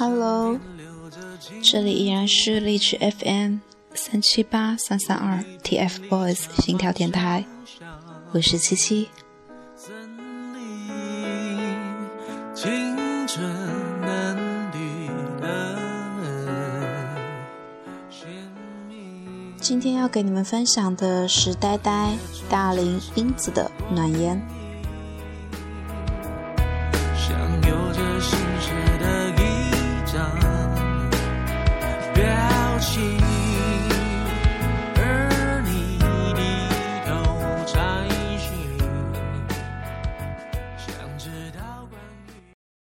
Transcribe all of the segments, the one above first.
Hello， 这里依然是荔枝 FM 378-332 TFBOYS 心跳电台，我是七七。今天要给你们分享的是呆呆、大龄、英子的暖言。 像有着心事的一张表情，而你低头查询，想知道关于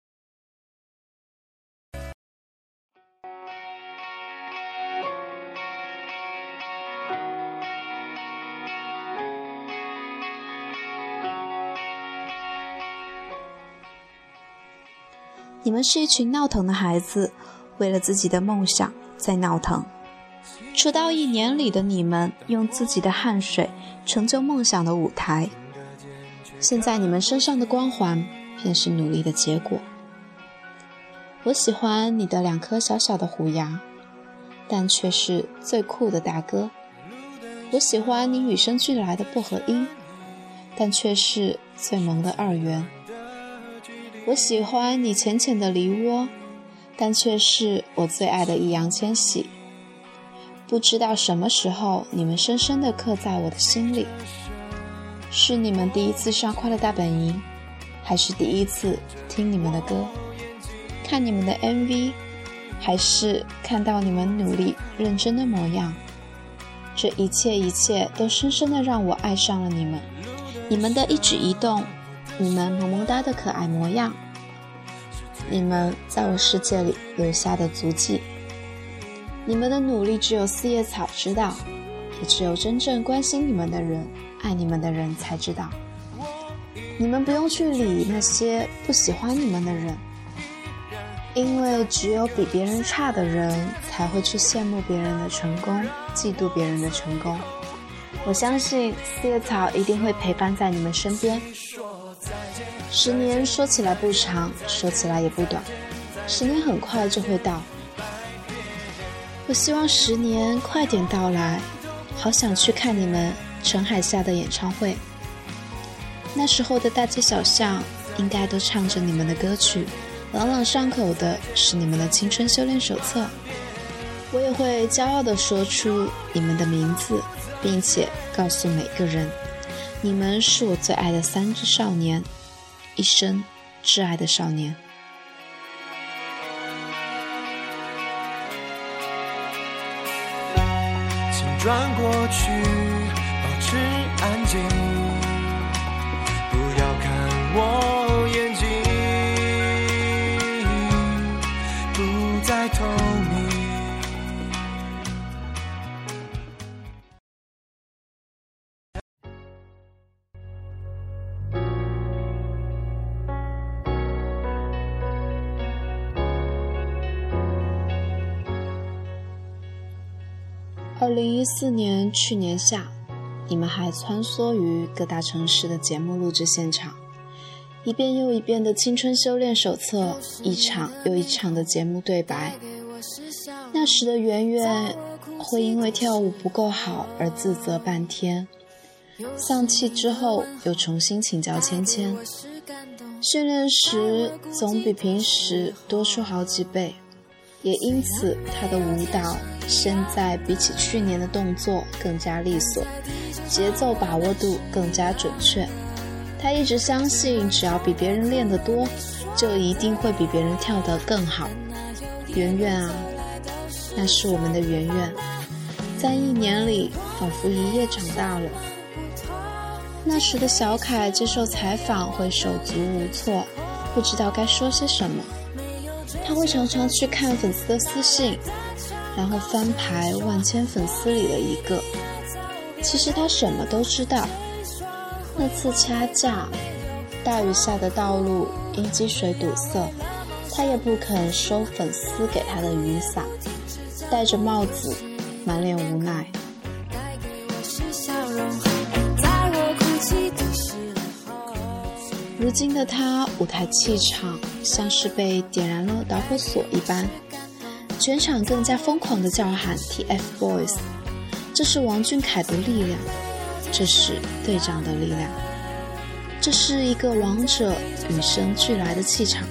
你们是一群闹腾的孩子，为了自己的梦想在闹腾。出道1年里的你们，用自己的汗水成就梦想的舞台。现在你们身上的光环，便是努力的结果。我喜欢你的2颗小小的虎牙，但却是最酷的大哥。我喜欢你与生俱来的薄荷音，但却是最萌的2元。我喜欢你浅浅的梨涡，但却是我最爱的易烊千玺。不知道什么时候，你们深深地刻在我的心里。是你们第一次上快乐大本营，还是第一次听你们的歌，看你们的 MV， 还是看到你们努力认真的模样？这一切都深深地让我爱上了你们。你们的一举一动，你们萌萌哒的可爱模样，你们在我世界里留下的足迹。你们的努力只有四叶草知道，也只有真正关心你们的人、爱你们的人才知道。你们不用去理那些不喜欢你们的人，因为只有比别人差的人才会去羡慕别人的成功，嫉妒别人的成功。我相信四叶草一定会陪伴在你们身边。10年说起来不长，说起来也不短，10年很快就会到。我希望10年快点到来，好想去看你们陈海夏的演唱会。那时候的大街小巷应该都唱着你们的歌曲，朗朗上口的是你们的青春修炼手册。我也会骄傲地说出你们的名字，并且告诉每个人，你们是我最爱的3只少年，一生挚爱的少年。 请转过去，保持安静，不要看我眼睛，不再透明。 2014年去年夏，你们还穿梭于各大城市的节目录制现场，一遍又一遍的青春修炼手册，一场又一场的节目对白。那时的圆圆会因为跳舞不够好而自责半天，丧气之后又重新请教芊芊，训练时总比平时多出好几倍，也因此他的舞蹈现在比起去年的动作更加利索，节奏把握度更加准确。他一直相信，只要比别人练得多，就一定会比别人跳得更好。圆圆啊，那是我们的圆圆，在1年里仿佛一夜长大了。那时的小凯接受采访会手足无措，不知道该说些什么。他会常常去看粉丝的私信，然后翻牌万千粉丝里的一个。其实他什么都知道。那次掐架，大雨下的道路因积水堵塞，他也不肯收粉丝给他的雨伞，戴着帽子，满脸无奈。 如今的他，舞台气场像是被点燃了导火索一般，全场更加疯狂地叫喊 TFBOYS， 这是王俊凯的力量，这是队长的力量，这是一个王者与生俱来的气场。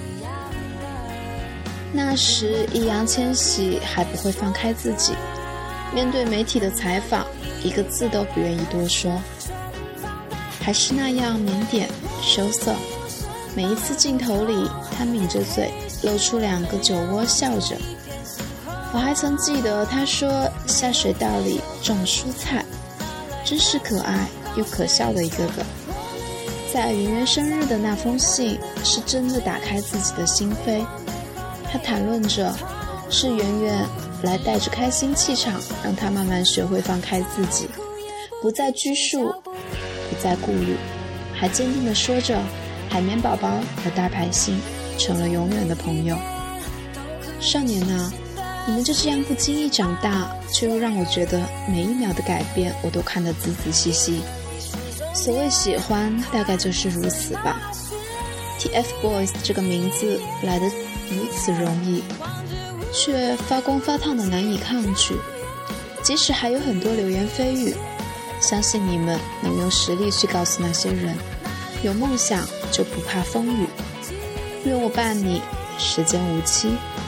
那时易烊千玺还不会放开自己，面对媒体的采访，一个字都不愿意多说，还是那样腼腆羞涩。每一次镜头里，他抿着嘴，露出2个酒窝，笑着。我还曾记得他说下水道里种蔬菜，真是可爱又可笑的一个个。在圆圆生日的那封信，是真的打开自己的心扉。他谈论着，是圆圆来带着开心气场，让他慢慢学会放开自己，不再拘束，不再顾虑，还坚定地说着，海绵宝宝和大白星成了永远的朋友。少年啊，你们就这样不经意长大，却又让我觉得每一秒的改变我都看得仔仔细细。所谓喜欢，大概就是如此吧。TFBOYS 这个名字来得如此容易，却发光发烫的难以抗拒。即使还有很多流言蜚语，相信你们能用实力去告诉那些人，有梦想就不怕风雨。愿我伴你，时间无期。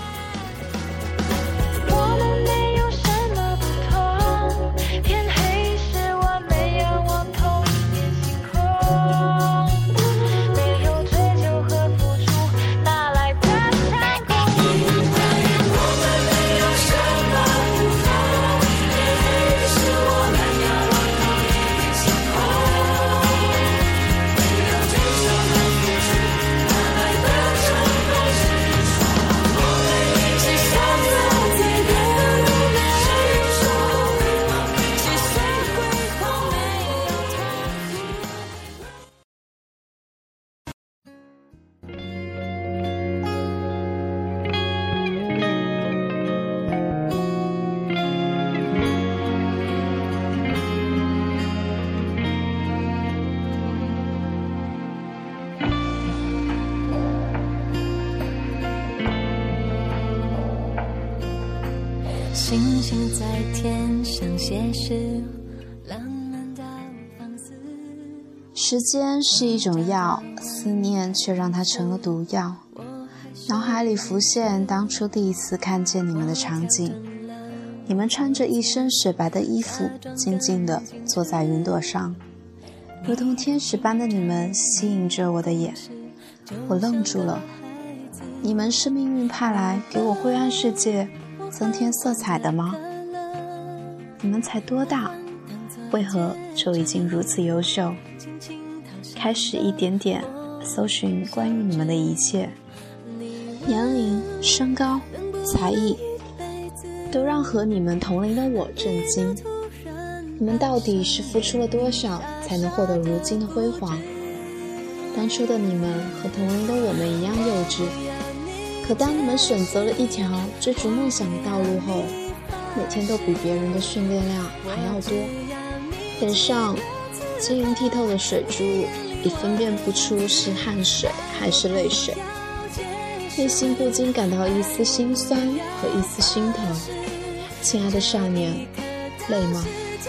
星星在天上写诗，浪漫到放肆。 时间是一种药，思念却让它成了毒药。脑海里浮现当初第一次看见你们的场景，你们穿着一身雪白的衣服，静静地坐在云朵上，如同天使般的你们吸引着我的眼。我愣住了，你们是命运派来给我灰暗世界增添色彩的吗？你们才多大，为何就已经如此优秀？开始一点点搜寻关于你们的一切，年龄、身高、才艺，都让和你们同龄的我震惊。你们到底是付出了多少，才能获得如今的辉煌？当初的你们和同龄的我们一样幼稚，可当你们选择了一条追逐梦想的道路后，每天都比别人的训练量还要多，脸上晶莹剔透的水珠已分辨不出是汗水还是泪水，内心不禁感到一丝心酸和一丝心疼。亲爱的少年，累吗？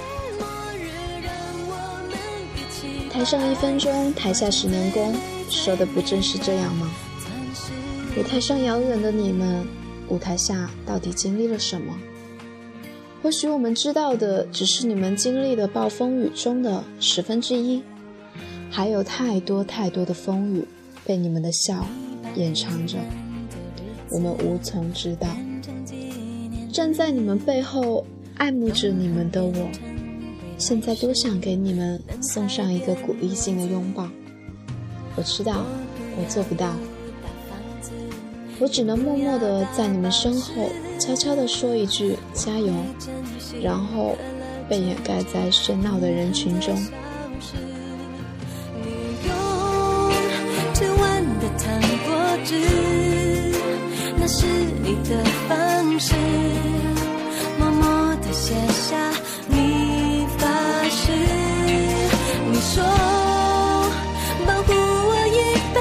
台上1分钟，台下10年功，说的不正是这样吗？舞台上遥远的你们，舞台下到底经历了什么？或许我们知道的只是你们经历的暴风雨中的1/10，还有太多太多的风雨被你们的笑掩藏着，我们无从知道。站在你们背后爱慕着你们的我，现在多想给你们送上一个鼓励性的拥抱。我知道我做不到，我只能默默地在你们身后悄悄地说一句加油，然后被掩盖在喧闹的人群中。 你用10万的糖果汁，那是你的方式，默默地写下你发誓，你说保护我一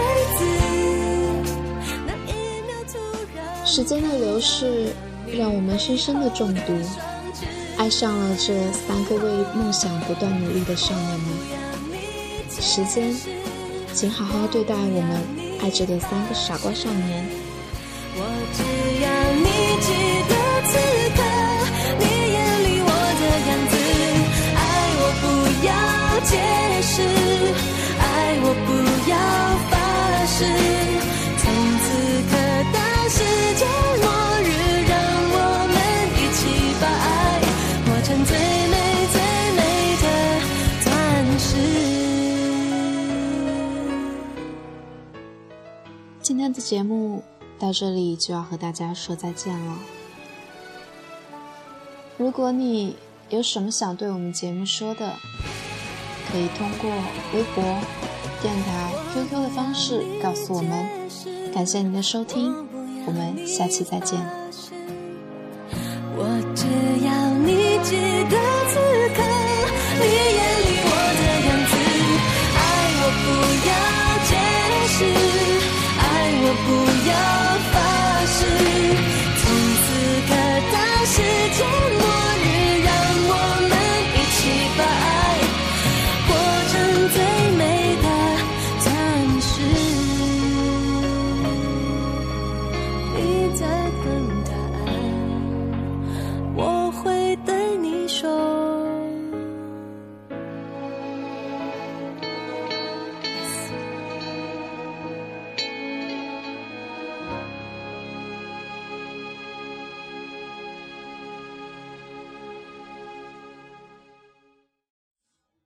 时间的流逝让我们深深的中毒，爱上了这3个为梦想不断努力的少年们。时间，请好好对待我们爱着的3个傻瓜少年。 我只要你记得此刻你眼里我的样子，爱我不要解释，爱我不要发誓，从此刻到世界末日，让我们一起把爱活成最美最美的钻石。 今天的节目到这里就要和大家说再见了。如果你有什么想对我们节目说的，可以通过微博、电台、QQ 的方式告诉我们。感谢您的收听，我们下期再见。 我只要你记得